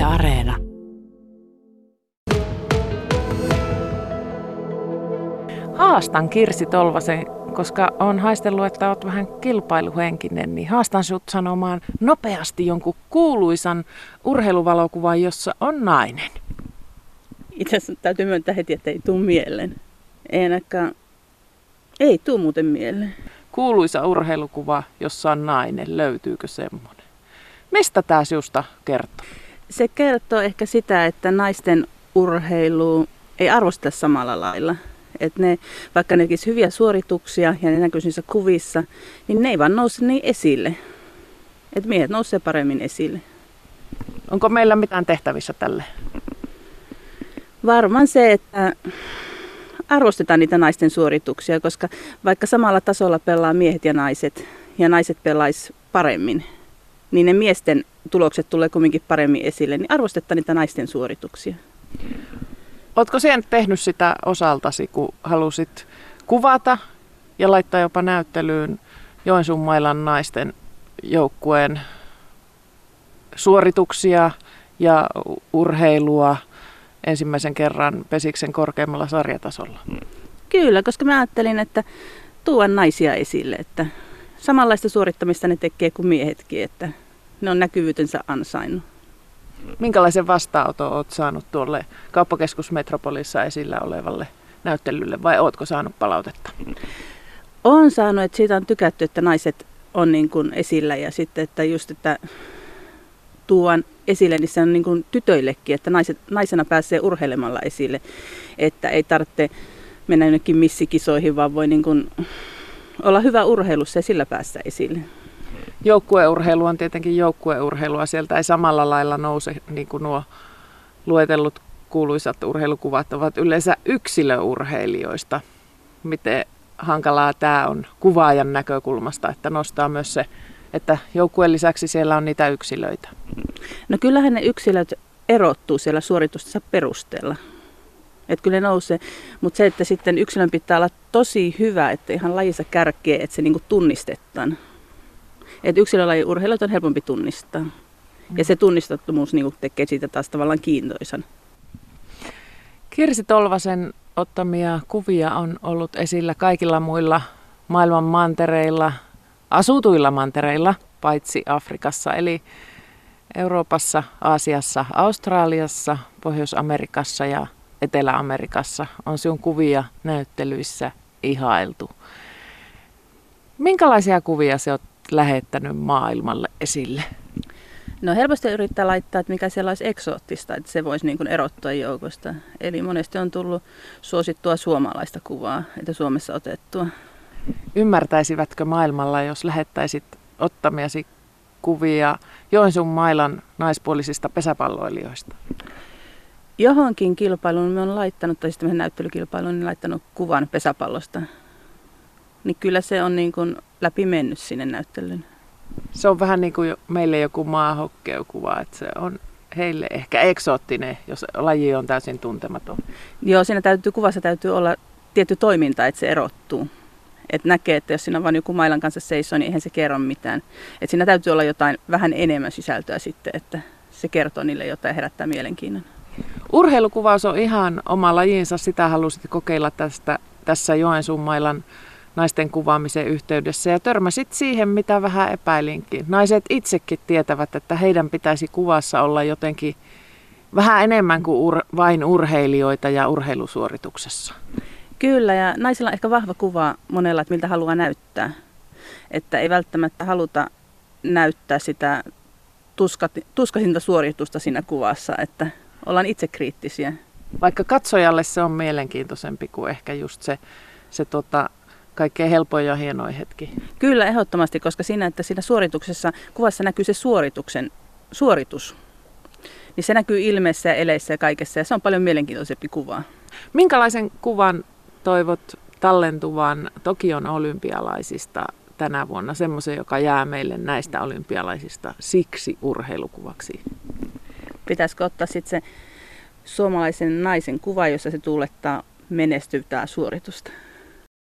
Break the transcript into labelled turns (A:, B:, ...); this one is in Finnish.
A: Areena. Haastan Kirsi Tolvasen, koska olen haistellut, että olet vähän kilpailuhenkinen, niin haastan sinut sanomaan nopeasti jonkun kuuluisan urheiluvalokuvan, jossa on nainen.
B: Itse asiassa täytyy myöntää heti, että ei tule mieleen. Ei tule muuten mieleen.
A: Kuuluisa urheilukuva, jossa on nainen. Löytyykö semmoinen? Mistä tämä sinusta kertoo?
B: Se kertoo ehkä sitä, että naisten urheilua ei arvosteta samalla lailla. Että vaikka ne tekisivät hyviä suorituksia ja ne näkyisi niissä kuvissa, niin ne ei vaan nouse niin esille. Että miehet nousee paremmin esille.
A: Onko meillä mitään tehtävissä tälle?
B: Varmaan se, että arvostetaan niitä naisten suorituksia, koska vaikka samalla tasolla pelaa miehet ja naiset pelaisi paremmin, niin ne miesten tulokset tulee kuitenkin paremmin esille, niin arvostetaan niitä naisten suorituksia.
A: Oletko sinä tehnyt sitä osaltasi, kun halusit kuvata ja laittaa jopa näyttelyyn Joensuun Mailan naisten joukkueen suorituksia ja urheilua ensimmäisen kerran Pesiksen korkeimmalla sarjatasolla?
B: Kyllä, koska mä ajattelin, että tuon naisia esille, että samanlaista suorittamista ne tekee kuin miehetkin, että ne on näkyvyytensä ansainnut.
A: Minkälaisen vastaanoton olet saanut tuolle Kauppakeskus Metropolissa esillä olevalle näyttelylle vai oletko saanut palautetta?
B: Olen saanut, että siitä on tykätty, että naiset on niin kuin esillä ja sitten, että tuon esille, niin se on niin kuin tytöillekin, että naisena pääsee urheilemalla esille, että ei tarvitse mennä jonnekin missikisoihin, vaan voi niin kuin olla hyvä urheilussa ja sillä päästä esille.
A: Joukkueurheilu on tietenkin joukkueurheilua. Sieltä ei samalla lailla nouse, niin kuin nuo luetellut kuuluisat urheilukuvat ovat yleensä yksilöurheilijoista. Miten hankalaa tämä on kuvaajan näkökulmasta, että nostaa myös se, että joukkueen lisäksi siellä on niitä yksilöitä?
B: No kyllähän ne yksilöt erottuu siellä suoritustensa perusteella. Että kyllä ne nousee, mutta se, että sitten yksilön pitää olla tosi hyvä, että ihan lajissa kärkeä, että se niinku tunnistetaan. Että yksilölajin urheilut on helpompi tunnistaa. Ja se tunnistattomuus niinku tekee siitä taas tavallaan kiintoisan.
A: Kirsi Tolvasen ottamia kuvia on ollut esillä kaikilla muilla maailman mantereilla, asutuilla mantereilla, paitsi Afrikassa, eli Euroopassa, Aasiassa, Australiassa, Pohjois-Amerikassa ja Etelä-Amerikassa on sinun kuvia näyttelyissä ihailtu. Minkälaisia kuvia sinä olet lähettänyt maailmalle esille?
B: No helposti yrittää laittaa, että mikä siellä olisi eksoottista, että se voisi niin kuin erottua joukosta. Eli monesti on tullut suosittua suomalaista kuvaa, että Suomessa otettua.
A: Ymmärtäisivätkö maailmalla, jos lähettäisit ottamiasi kuvia Joensuun Mailan naispuolisista pesäpalloilijoista?
B: Johonkin kilpailuun me on laittanut, tai sitten näyttelykilpailuun, niin laittanut kuvan pesäpallosta. Niin kyllä se on niin kuin läpi mennyt sinne näyttelyyn.
A: Se on vähän niin kuin meille joku maahokkeekuva, että se on heille ehkä eksoottinen, jos laji on täysin tuntematon.
B: Joo, siinä kuvassa täytyy olla tietty toiminta, että se erottuu. Että näkee, että jos siinä vaan joku mailan kanssa seisoo, niin eihän se kerro mitään. Että siinä täytyy olla jotain vähän enemmän sisältöä sitten, että se kertoo niille jotain ja herättää mielenkiinnon.
A: Urheilukuvaus on ihan oma lajinsa, sitä halusit kokeilla tässä Joensuun Mailan naisten kuvaamisen yhteydessä ja törmäsit siihen, mitä vähän epäilinkin. Naiset itsekin tietävät, että heidän pitäisi kuvassa olla jotenkin vähän enemmän kuin vain urheilijoita ja urheilusuorituksessa. Kyllä, ja
B: naisilla on ehkä vahva kuva monella, että miltä haluaa näyttää. Että ei välttämättä haluta näyttää sitä tuskasinta suoritusta siinä kuvassa, että ollaan itse kriittisiä.
A: Vaikka katsojalle se on mielenkiintoisempi kuin ehkä just se kaikkein helpoin ja hienoin hetki.
B: Kyllä, ehdottomasti, koska siinä suorituksessa, kuvassa näkyy se suoritus. Niin se näkyy ilmeessä ja eleissä ja kaikessa, ja se on paljon mielenkiintoisempi kuva.
A: Minkälaisen kuvan toivot tallentuvan Tokion olympialaisista tänä vuonna? Semmoisen, joka jää meille näistä olympialaisista siksi urheilukuvaksi.
B: Pitäisikö ottaa sitten se suomalaisen naisen kuva, jossa se tuulettaa menestyvää suoritusta?